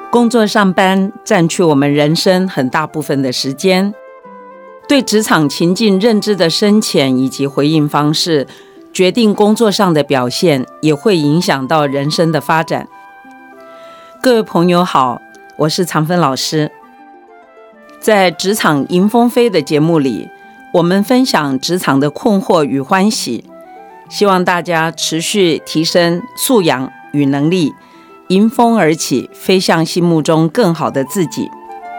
工作上班占据我们人生很大部分的时间，对职场情境认知的深浅以及回应方式，决定工作上的表现，也会影响到人生的发展。各位朋友好，我是常芬老师。在职场迎风飞的节目里，我们分享职场的困惑与欢喜，希望大家持续提升素养与能力，迎风而起，飞向心目中更好的自己。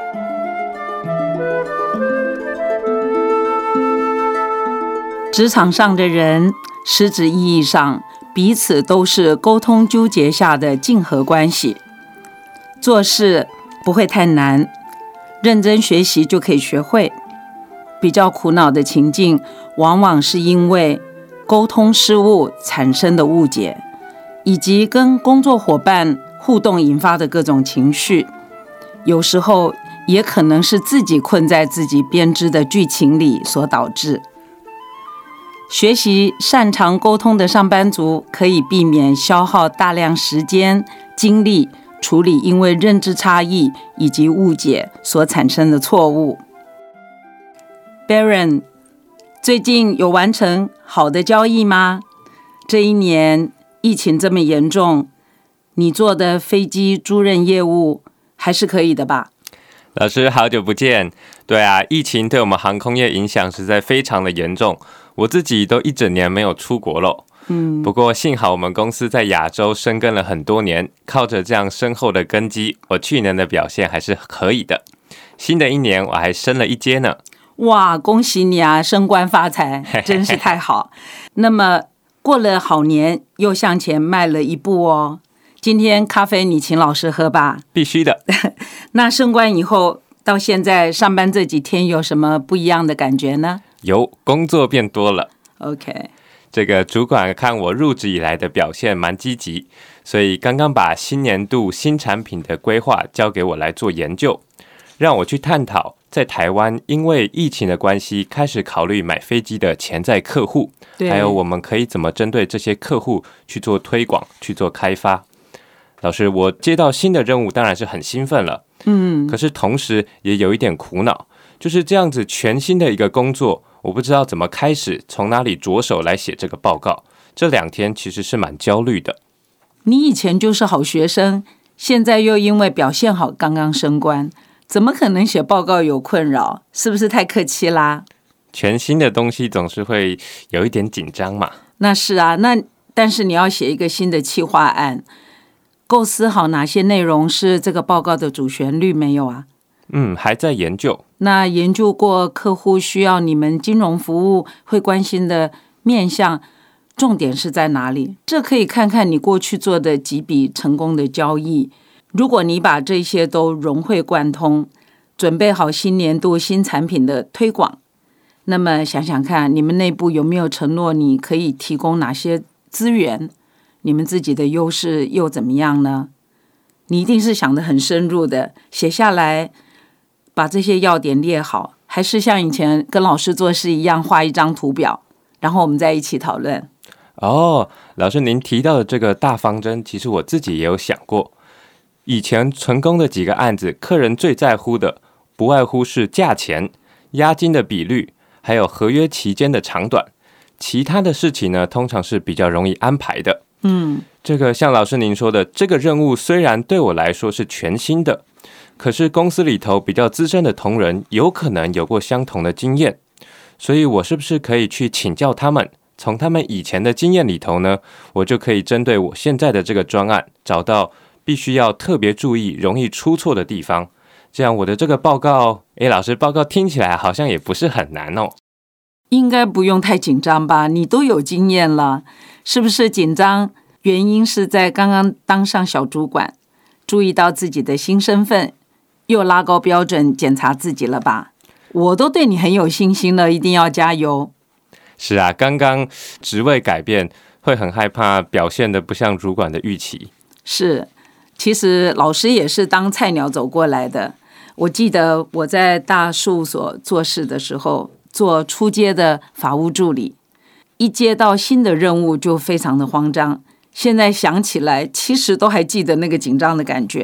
职场上的人，实质意义上彼此都是沟通纠结下的竞合关系。做事不会太难，认真学习就可以学会。比较苦恼的情境，往往是因为沟通失误产生的误解，以及跟工作伙伴互动引发的各种情绪。有时候也可能是自己困在自己编织的剧情里所导致。学习擅长沟通的上班族，可以避免消耗大量时间、精力处理因为认知差异以及误解所产生的错误。Baron， 最近有完成好的交易吗？这一年疫情这么严重，你做的飞机租赁业务还是可以的吧？ 老师好久不见。对啊，疫情对我们航空业影响实在非常的严重，我自己都一整年没有出国了。不过幸好我们公司在亚洲深耕了很多年，靠着这样深厚的根基，我去年的表现还是可以的。新的一年我还升了一阶呢。 哇，恭喜你啊，升官发财，真是太好。那么过了好年，又向前迈了一步哦。今天咖啡你请老师喝吧。 必须的。 那升官以后到现在上班这几天有什么不一样的感觉呢？ 有，工作变多了。 OK， 这个主管看我入职以来的表现蛮积极，所以刚刚把新年度新产品的规划交给我来做研究，让我去探讨在台湾因为疫情的关系开始考虑买飞机的潜在客户，还有我们可以怎么针对这些客户去做推广，去做开发。老师，我接到新的任务当然是很兴奋了，可是同时也有一点苦恼，就是这样子全新的一个工作，我不知道怎么开始，从哪里着手来写这个报告。这2天其实是蛮焦虑的。 你以前就是好学生，现在又因为表现好刚刚升官，怎么可能写报告有困扰？是不是太客气啦？ 全新的东西总是会有一点紧张嘛。 那是啊，但是你要写一个新的企划案，构思好哪些内容是这个报告的主旋律没有啊？ 还在研究。 那研究过客户需要你们金融服务会关心的面向，重点是在哪里？这可以看看你过去做的几笔成功的交易。如果你把这些都融会贯通，准备好新年度新产品的推广，那么想想看，你们内部有没有承诺你可以提供哪些资源？你们自己的优势又怎么样呢？你一定是想得很深入的，写下来，把这些要点列好，还是像以前跟老师做事一样画一张图表，然后我们再一起讨论？ 老师您提到的这个大方针，其实我自己也有想过。以前成功的几个案子，客人最在乎的不外乎是价钱、押金的比率，还有合约期间的长短。其他的事情呢，通常是比较容易安排的。这个像老师您说的，这个任务虽然对我来说是全新的，可是公司里头比较资深的同仁有可能有过相同的经验，所以我是不是可以去请教他们，从他们以前的经验里头呢，我就可以针对我现在的这个专案，找到必须要特别注意容易出错的地方，这样我的这个报告，老师，报告听起来好像也不是很难哦。 应该不用太紧张吧？你都有经验了，是不是紧张？原因是在刚刚当上小主管，注意到自己的新身份，又拉高标准检查自己了吧？我都对你很有信心了，一定要加油。 是啊，刚刚职位改变，会很害怕表现得不像主管的预期。 是，其实老师也是当菜鸟走过来的。我记得我在大事务所做事的时候，做初阶的法务助理，一接到新的任务就非常的慌张。现在想起来，其实都还记得那个紧张的感觉。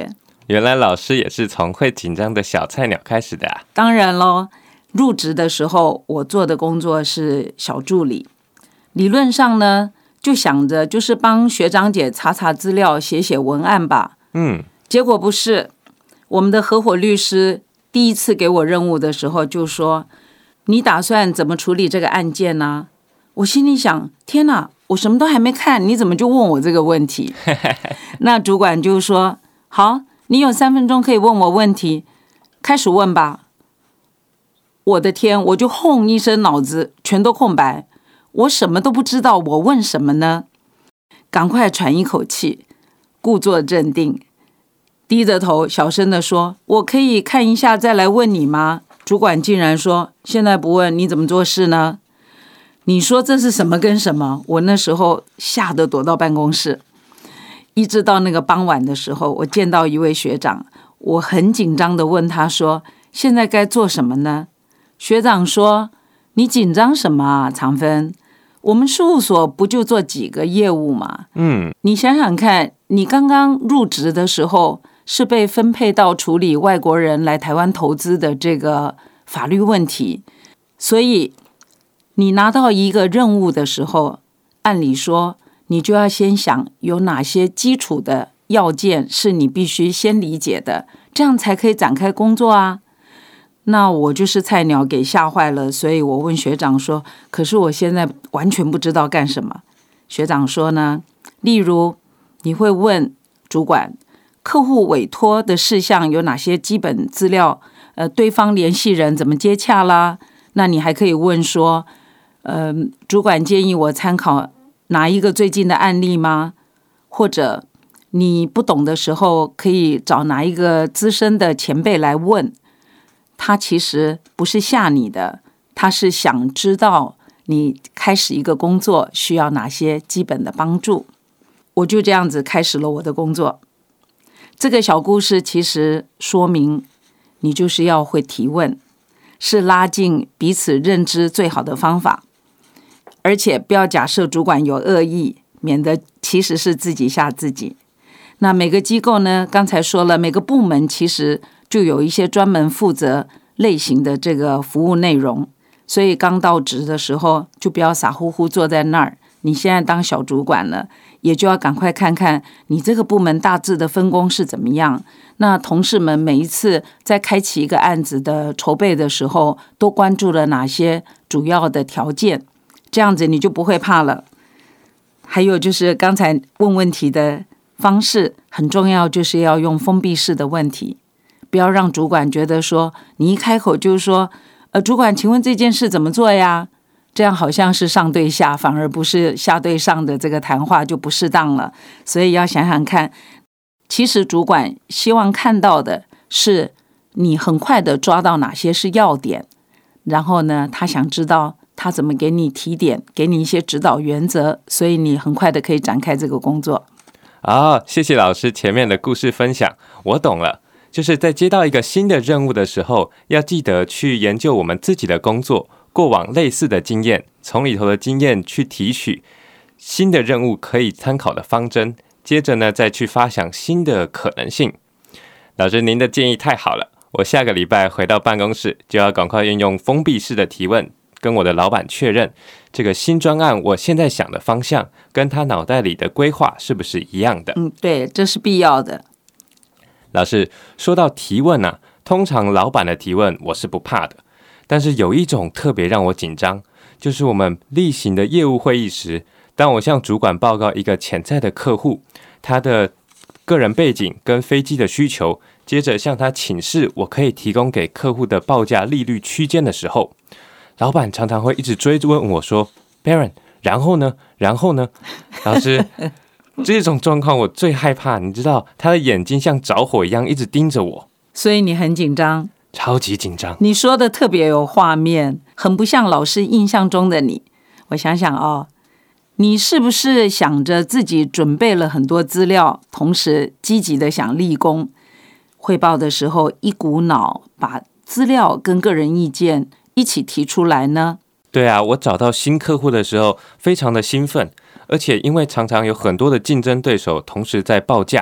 原来老师也是从会紧张的小菜鸟开始的啊。 当然咯，入职的时候我做的工作是小助理，理论上呢就想着就是帮学长姐查查资料写写文案吧。结果不是，我们的合伙律师第一次给我任务的时候就说，你打算怎么处理这个案件呢？我心里想，天哪，我什么都还没看，你怎么就问我这个问题？那主管就说，好，你有3分钟可以问我问题，开始问吧。我的天，我就轰一声，脑子全都空白，我什么都不知道，我问什么呢？赶快喘一口气，故作镇定，低着头小声地说，我可以看一下再来问你吗？主管竟然说，现在不问你怎么做事呢？你说这是什么跟什么？我那时候吓得躲到办公室。一直到那个傍晚的时候，我见到一位学长，我很紧张地问他说，现在该做什么呢？学长说，你紧张什么啊，长芬？我们事务所不就做几个业务吗？你想想看，你刚刚入职的时候是被分配到处理外国人来台湾投资的这个法律问题，所以你拿到一个任务的时候，按理说你就要先想有哪些基础的要件是你必须先理解的，这样才可以展开工作啊。那我就是菜鸟给吓坏了，所以我问学长说，可是我现在完全不知道干什么。学长说呢，例如你会问主管，客户委托的事项有哪些基本资料，对方联系人怎么接洽啦。那你还可以问说，主管建议我参考哪一个最近的案例吗？或者你不懂的时候可以找哪一个资深的前辈来问，他其实不是吓你的，他是想知道你开始一个工作需要哪些基本的帮助。我就这样子开始了我的工作。这个小故事其实说明你就是要会提问，是拉近彼此认知最好的方法，而且不要假设主管有恶意，免得其实是自己吓自己。那每个机构呢，刚才说了，每个部门其实就有一些专门负责类型的这个服务内容，所以刚到职的时候就不要傻乎乎坐在那儿，你现在当小主管了，也就要赶快看看你这个部门大致的分工是怎么样。那同事们每一次在开启一个案子的筹备的时候，都关注了哪些主要的条件，这样子你就不会怕了。还有就是刚才问问题的方式很重要，就是要用封闭式的问题，不要让主管觉得说你一开口就是说，主管请问这件事怎么做呀？这样好像是上对下，反而不是下对上的这个谈话就不适当了。所以要想想看，其实主管希望看到的是你很快的抓到哪些是要点，然后呢，他想知道他怎么给你提点，给你一些指导原则，所以你很快的可以展开这个工作。 谢谢老师前面的故事分享，我懂了。就是在接到一个新的任务的时候，要记得去研究我们自己的工作过往类似的经验，从里头的经验去提取新的任务可以参考的方针，接着呢再去发想新的可能性。老师您的建议太好了，我下个礼拜回到办公室就要赶快运用封闭式的提问，跟我的老板确认这个新专案我现在想的方向跟他脑袋里的规划是不是一样的。 对，这是必要的。 老师说到提问啊，通常老板的提问我是不怕的，但是有一种特别让我紧张，就是我们例行的业务会议时，当我向主管报告一个潜在的客户，他的个人背景跟飞机的需求，接着向他请示我可以提供给客户的报价利率区间的时候，老板常常会一直追问我说 Baron 然后呢？老师这种状况我最害怕，你知道他的眼睛像着火一样一直盯着我， 所以你很紧张。 超级紧张。 你说的特别有画面，很不像老师印象中的你。我想想哦，你是不是想着自己准备了很多资料，同时积极的想立功，汇报的时候一股脑把资料跟个人意见一起提出来呢？ 对啊，我找到新客户的时候非常的兴奋，而且因为常常有很多的竞争对手同时在报价，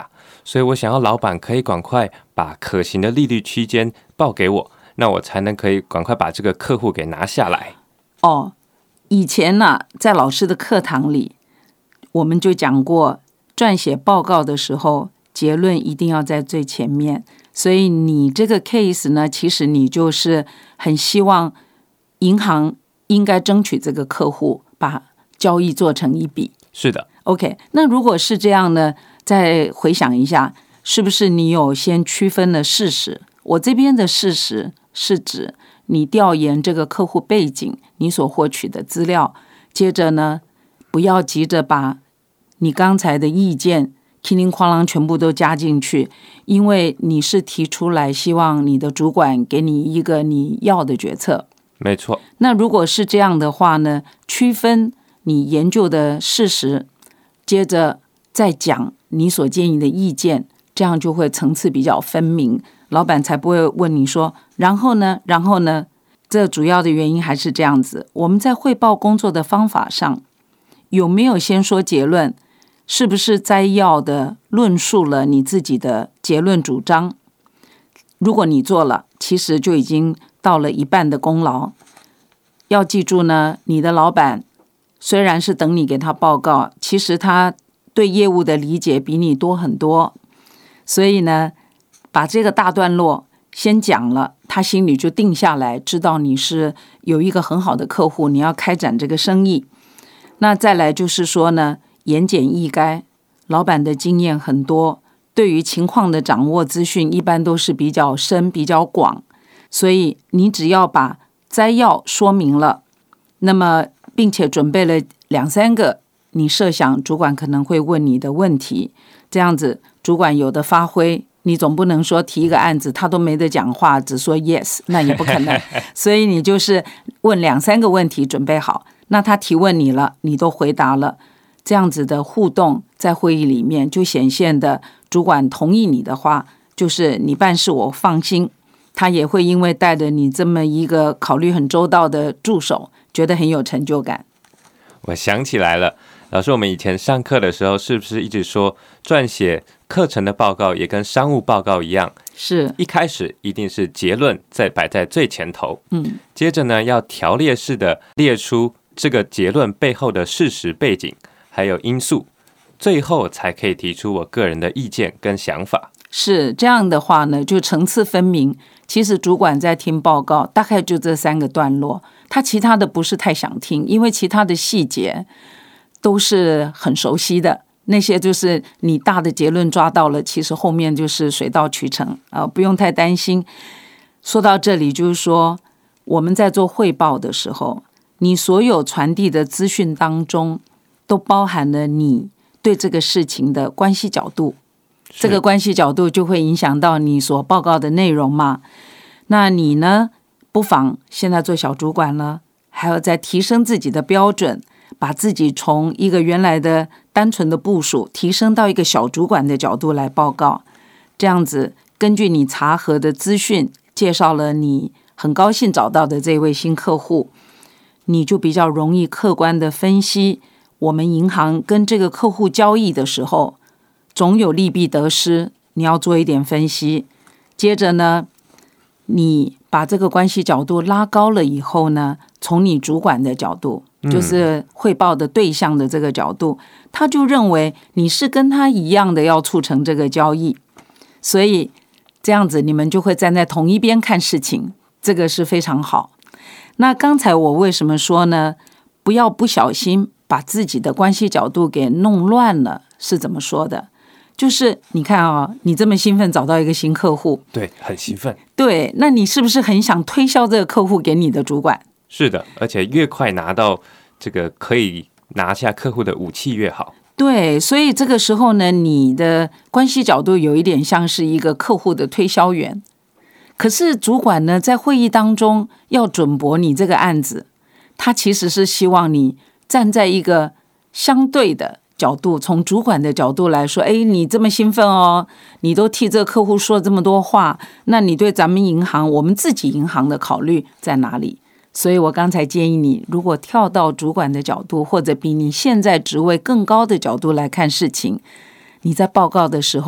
所以我想要老板可以赶快把可行的利率区间报给我，那我才能可以赶快把这个客户给拿下来。 以前呢，在老师的课堂里，我们就讲过，撰写报告的时候，结论一定要在最前面。所以你这个 case 呢，其实你就是很希望银行应该争取这个客户把交易做成一笔。 是的。 OK， 那如果是这样呢，再回想一下，是不是你有先区分了事实？我这边的事实是指你调研这个客户背景，你所获取的资料，接着呢，不要急着把你刚才的意见叮铃哐啷全部都加进去，因为你是提出来希望你的主管给你一个你要的决策。 没错。 那如果是这样的话呢，区分你研究的事实，接着再讲你所建议的意见，这样就会层次比较分明，老板才不会问你说然后呢。这主要的原因还是这样子，我们在汇报工作的方法上有没有先说结论，是不是摘要的论述了你自己的结论主张？如果你做了，其实就已经到了一半的功劳。要记住呢，你的老板虽然是等你给他报告，其实他对业务的理解比你多很多，所以呢，把这个大段落先讲了，他心里就定下来，知道你是有一个很好的客户，你要开展这个生意。那再来就是说呢，言简意赅，老板的经验很多，对于情况的掌握资讯一般都是比较深比较广，所以你只要把摘要说明了，那么并且准备了2-3个你设想主管可能会问你的问题，这样子主管有的发挥，你总不能说提一个案子他都没得讲话，只说 yes， 那也不可能所以你就是问2-3个问题准备好，那他提问你了，你都回答了，这样子的互动在会议里面就显现的，主管同意你的话，就是你办事我放心，他也会因为带着你这么一个考虑很周到的助手，觉得很有成就感。 我想起来了，老师，我们以前上课的时候是不是一直说撰写课程的报告也跟商务报告一样， 是一开始一定是结论再摆在最前头，接着呢要条列式的列出这个结论背后的事实背景还有因素，最后才可以提出我个人的意见跟想法。 是这样的话呢，就层次分明。其实主管在听报告大概就这3个段落，他其他的不是太想听，因为其他的细节都是很熟悉的，那些就是你大的结论抓到了，其实后面就是水到渠成，不用太担心。说到这里，就是说我们在做汇报的时候，你所有传递的资讯当中都包含了你对这个事情的关系角度，这个关系角度就会影响到你所报告的内容嘛。那你呢，不妨现在做小主管了，还要再提升自己的标准，把自己从一个原来的单纯的部属提升到一个小主管的角度来报告，这样子根据你查核的资讯，介绍了你很高兴找到的这位新客户，你就比较容易客观的分析我们银行跟这个客户交易的时候总有利弊得失，你要做一点分析。接着呢，你把这个关系角度拉高了以后呢，从你主管的角度，就是汇报的对象的这个角度，他就认为你是跟他一样的要促成这个交易，所以这样子你们就会站在同一边看事情，这个是非常好。那刚才我为什么说呢，不要不小心把自己的关系角度给弄乱了，是怎么说的？就是你看你这么兴奋找到一个新客户， 对，很兴奋， 对，那你是不是很想推销这个客户给你的主管？ 是的，而且越快拿到这个可以拿下客户的武器越好。 对，所以这个时候呢，你的关系角度有一点像是一个客户的推销员，可是主管呢，在会议当中要准驳你这个案子，他其实是希望你站在一个相对的角度，从主管的角度来说，你这么兴奋你都替这个客户说了这么多话，那你对咱们银行，我们自己银行的考虑在哪里？所以我刚才建议你，如果跳到主管的角度，或者比你现在职位更高的角度来看事情，你在报告的时候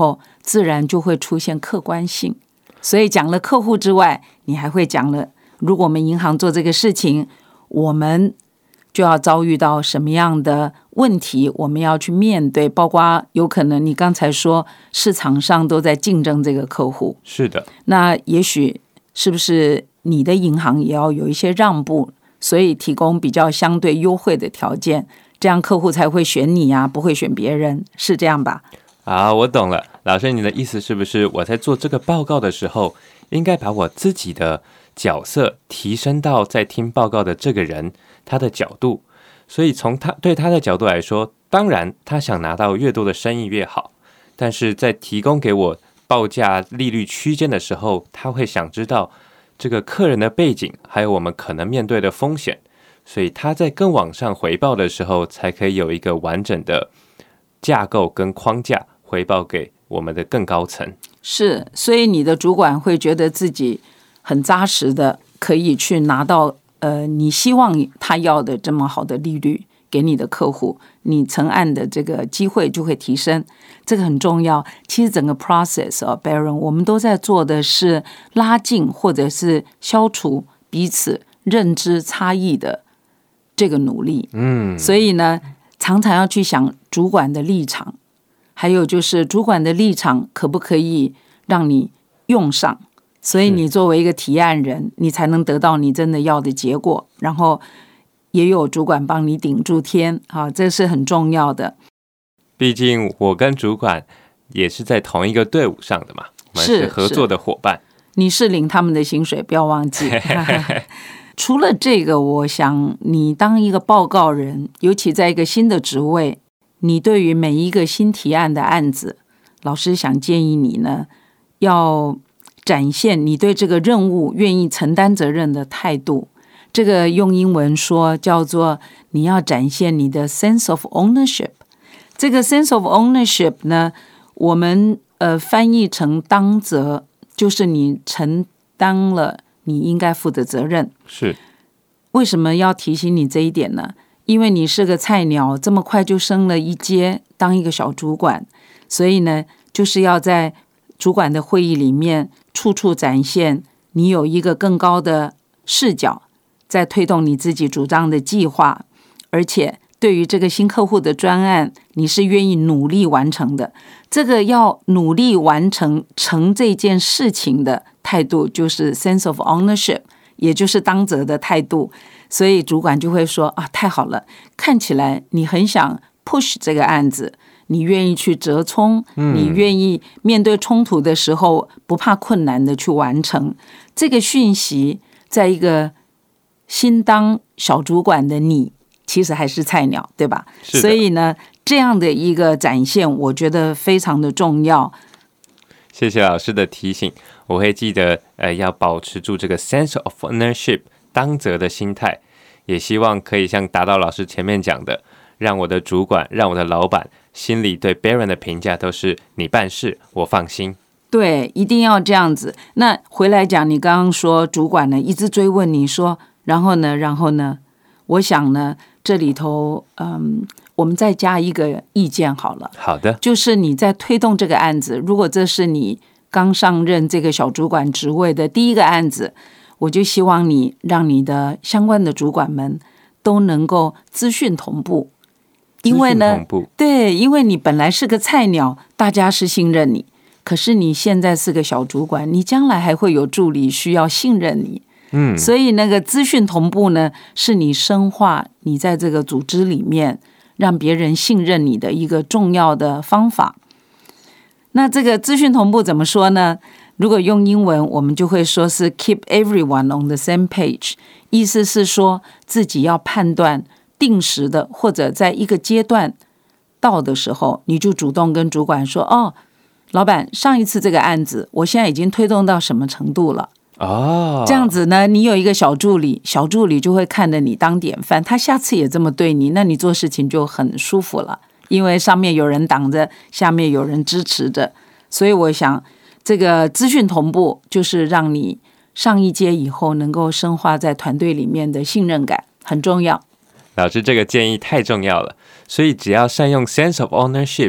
自然就会出现客观性。所以讲了客户之外，你还会讲了，如果我们银行做这个事情，我们就要遭遇到什么样的问题，我们要去面对，包括有可能你刚才说市场上都在竞争这个客户， 是的， 那也许是不是你的银行也要有一些让步，所以提供比较相对优惠的条件，这样客户才会选你啊，不会选别人，是这样吧？ 我懂了，老师，你的意思是不是我在做这个报告的时候，应该把我自己的角色提升到在听报告的这个人他的角度？所以从对他的角度来说，当然他想拿到越多的生意越好，但是在提供给我报价利率区间的时候，他会想知道这个客人的背景，还有我们可能面对的风险，所以他在更往上回报的时候，才可以有一个完整的架构跟框架回报给我们的更高层。 是，所以你的主管会觉得自己很扎实的可以去拿到你希望他要的这么好的利率给你的客户，你成案的这个机会就会提升，这个很重要。其实整个 process Baron 我们都在做的是拉近或者是消除彼此认知差异的这个努力。所以呢，常常要去想主管的立场，还有就是主管的立场可不可以让你用上，所以你作为一个提案人，你才能得到你真的要的结果，然后也有主管帮你顶住天，这是很重要的。 毕竟我跟主管也是在同一个队伍上的嘛，我们是合作的伙伴。 你是领他们的薪水，不要忘记。除了这个，我想你当一个报告人，尤其在一个新的职位，你对于每一个新提案的案子，老师想建议你呢，要展现你对这个任务愿意承担责任的态度。这个用英文说叫做你要展现你的 sense of ownership。 这个 sense of ownership 呢，我们翻译成当责，就是你承担了你应该负的责任。 是， 为什么要提醒你这一点呢？因为你是个菜鸟，这么快就升了一阶当一个小主管，所以呢，就是要在主管的会议里面处处展现你有一个更高的视角，在推动你自己主张的计划，而且对于这个新客户的专案，你是愿意努力完成的。这个要努力完成这件事情的态度，就是 sense of ownership， 也就是当责的态度。所以主管就会说太好了，看起来你很想 push 这个案子，你愿意去折冲，你愿意面对冲突的时候不怕困难的去完成。这个讯息在一个新当小主管的你，其实还是菜鸟，对吧？所以呢，这样的一个展现，我觉得非常的重要。 谢谢老师的提醒，我会记得要保持住这个 sense of ownership 当责的心态，也希望可以像达到老师前面讲的，让我的主管，让我的老板心里对 Baron 的评价都是你办事我放心。 对，一定要这样子。那回来讲，你刚刚说主管呢一直追问你说然后呢，我想呢这里头我们再加一个意见好了。 好的， 就是你在推动这个案子，如果这是你刚上任这个小主管职位的第一个案子，我就希望你让你的相关的主管们都能够资讯同步。因为呢，对，因为你本来是个菜鸟，大家是信任你，可是你现在是个小主管，你将来还会有助理需要信任你。所以那个资讯同步呢，是你深化你在这个组织里面让别人信任你的一个重要的方法。那这个资讯同步怎么说呢？如果用英文，我们就会说是 keep everyone on the same page， 意思是说自己要判断定时的，或者在一个阶段到的时候，你就主动跟主管说老板，上一次这个案子我现在已经推动到什么程度了。这样子呢，你有一个小助理就会看着你当典范，他下次也这么对你，那你做事情就很舒服了，因为上面有人挡着，下面有人支持着。所以我想这个资讯同步就是让你上一阶以后能够深化在团队里面的信任感，很重要。 老师这个建议太重要了，所以只要善用 sense of ownership，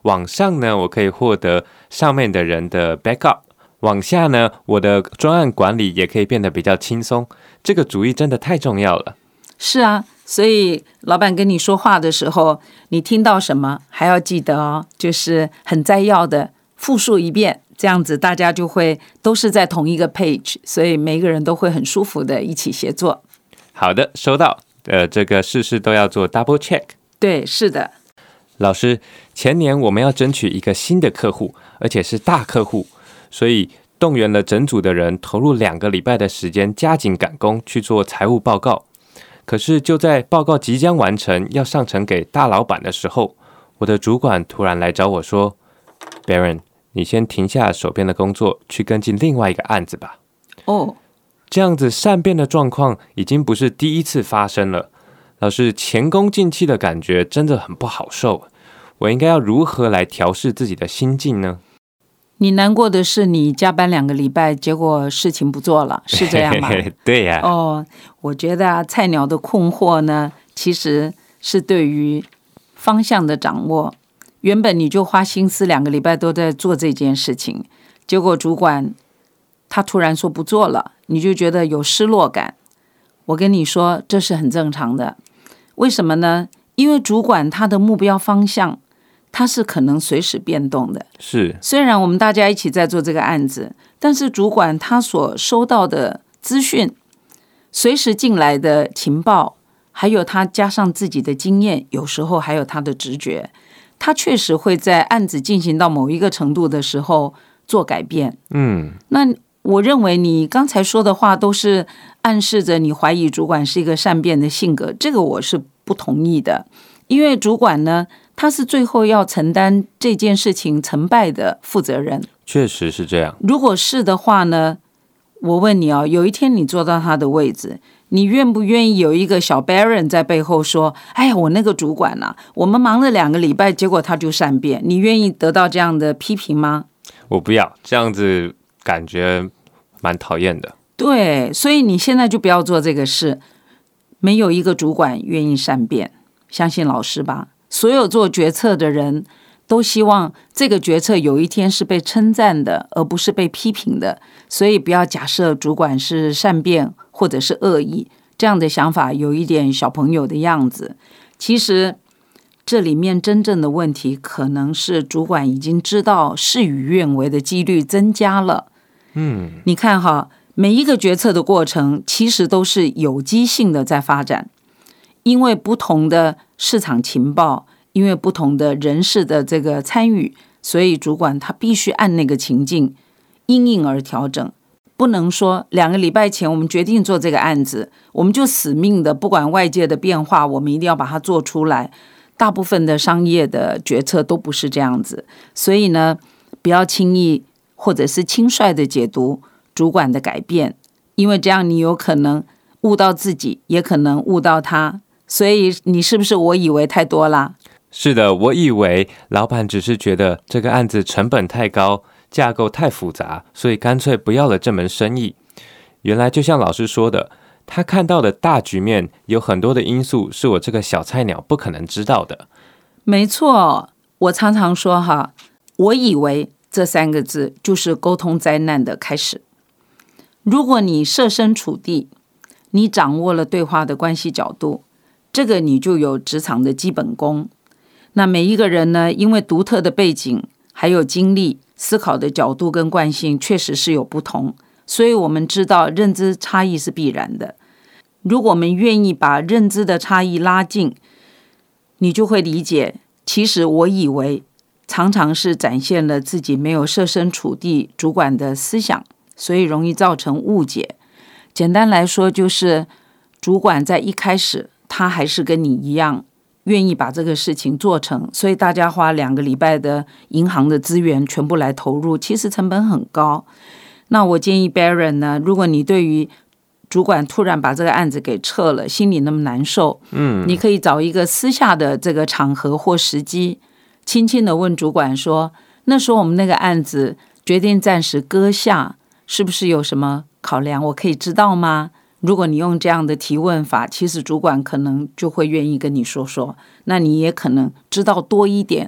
往上呢，我可以获得上面的人的 backup， 往下呢，我的专案管理也可以变得比较轻松。这个主意真的太重要了。 是啊，所以老板跟你说话的时候，你听到什么还要记得哦，就是很摘要的复述一遍，这样子大家就会都是在同一个 page， 所以每个人都会很舒服的一起协作。 好的，收到。这个事事都要做 double check。 对，是的。 老师，前年我们要争取一个新的客户，而且是大客户，所以动员了整组的人，投入2个礼拜的时间，加紧赶工去做财务报告。可是就在报告即将完成，要上呈给大老板的时候，我的主管突然来找我说 ：“Baron， 你先停下手边的工作，去跟进另外一个案子吧。” 哦， 这样子善变的状况已经不是第一次发生了。老师，前功尽弃的感觉真的很不好受。我应该要如何来调试自己的心境呢？ 你难过的是你加班2个礼拜，结果事情不做了，是这样吗？ 对呀。 哦，我觉得菜鸟的困惑呢，其实是对于方向的掌握。原本你就花心思2个礼拜都在做这件事情，结果主管他突然说不做了，你就觉得有失落感。我跟你说，这是很正常的。为什么呢？因为主管他的目标方向，他是可能随时变动的。 是， 虽然我们大家一起在做这个案子，但是主管他所收到的资讯，随时进来的情报，还有他加上自己的经验，有时候还有他的直觉，他确实会在案子进行到某一个程度的时候做改变。那我认为你刚才说的话都是暗示着你怀疑主管是一个善变的性格，这个我是不同意的。因为主管呢，他是最后要承担这件事情成败的负责人。 确实是这样。 如果是的话呢，我问你哦，有一天你坐到他的位置，你愿不愿意有一个小 Baron 在背后说：“哎呀，我那个主管啊，我们忙了2个礼拜，结果他就善变。”你愿意得到这样的批评吗？ 我不要，这样子感觉蛮讨厌的。 对，所以你现在就不要做这个事。没有一个主管愿意善变，相信老师吧。所有做决策的人都希望这个决策有一天是被称赞的，而不是被批评的。所以不要假设主管是善变或者是恶意，这样的想法有一点小朋友的样子。其实这里面真正的问题可能是主管已经知道事与愿违的几率增加了。你看哈，每一个决策的过程其实都是有机性的在发展，因为不同的市场情报，因为不同的人事的这个参与，所以主管他必须按那个情境因应而调整。不能说2个礼拜前我们决定做这个案子，我们就死命的不管外界的变化，我们一定要把它做出来。大部分的商业的决策都不是这样子，所以呢，不要轻易或者是轻率的解读主管的改变，因为这样你有可能误到自己，也可能误到他。所以你是不是我以为太多啦？ 是的，我以为老板只是觉得这个案子成本太高，架构太复杂，所以干脆不要了这门生意。原来就像老师说的，他看到的大局面有很多的因素是我这个小菜鸟不可能知道的。 没错，我常常说哈，我以为这3个字就是沟通灾难的开始。如果你设身处地，你掌握了对话的关系角度，这个你就有职场的基本功。那每一个人呢，因为独特的背景还有经历，思考的角度跟惯性确实是有不同，所以我们知道认知差异是必然的。如果我们愿意把认知的差异拉近，你就会理解，其实我以为常常是展现了自己没有设身处地主管的思想，所以容易造成误解。简单来说，就是主管在一开始他还是跟你一样愿意把这个事情做成，所以大家花2个礼拜的银行的资源全部来投入，其实成本很高。那我建议 Baron 呢，如果你对于主管突然把这个案子给撤了，心里那么难受，你可以找一个私下的这个场合或时机，轻轻的问主管说，那时候我们那个案子决定暂时搁下，是不是有什么考量，我可以知道吗？如果你用这样的提问法，其实主管可能就会愿意跟你说说，那你也可能知道多一点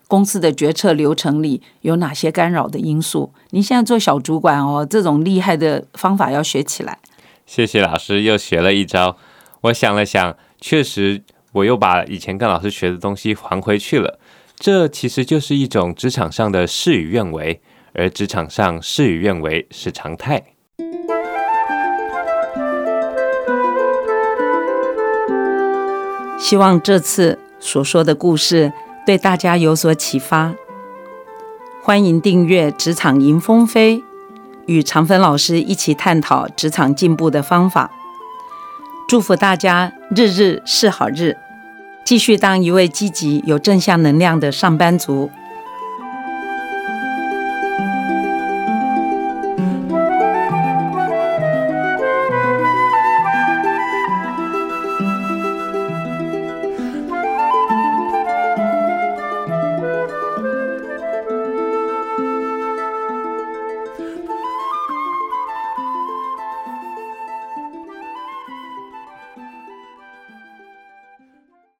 公司的决策流程里有哪些干扰的因素。你现在做小主管哦，这种厉害的方法要学起来。 谢谢老师，又学了一招。我想了想，确实我又把以前跟老师学的东西还回去了。这其实就是一种职场上的事与愿违，而职场上事与愿违是常态。 希望这次所说的故事对大家有所启发。欢迎订阅《职场迎风飞》，与长芬老师一起探讨职场进步的方法。祝福大家日日是好日，继续当一位积极有正向能量的上班族。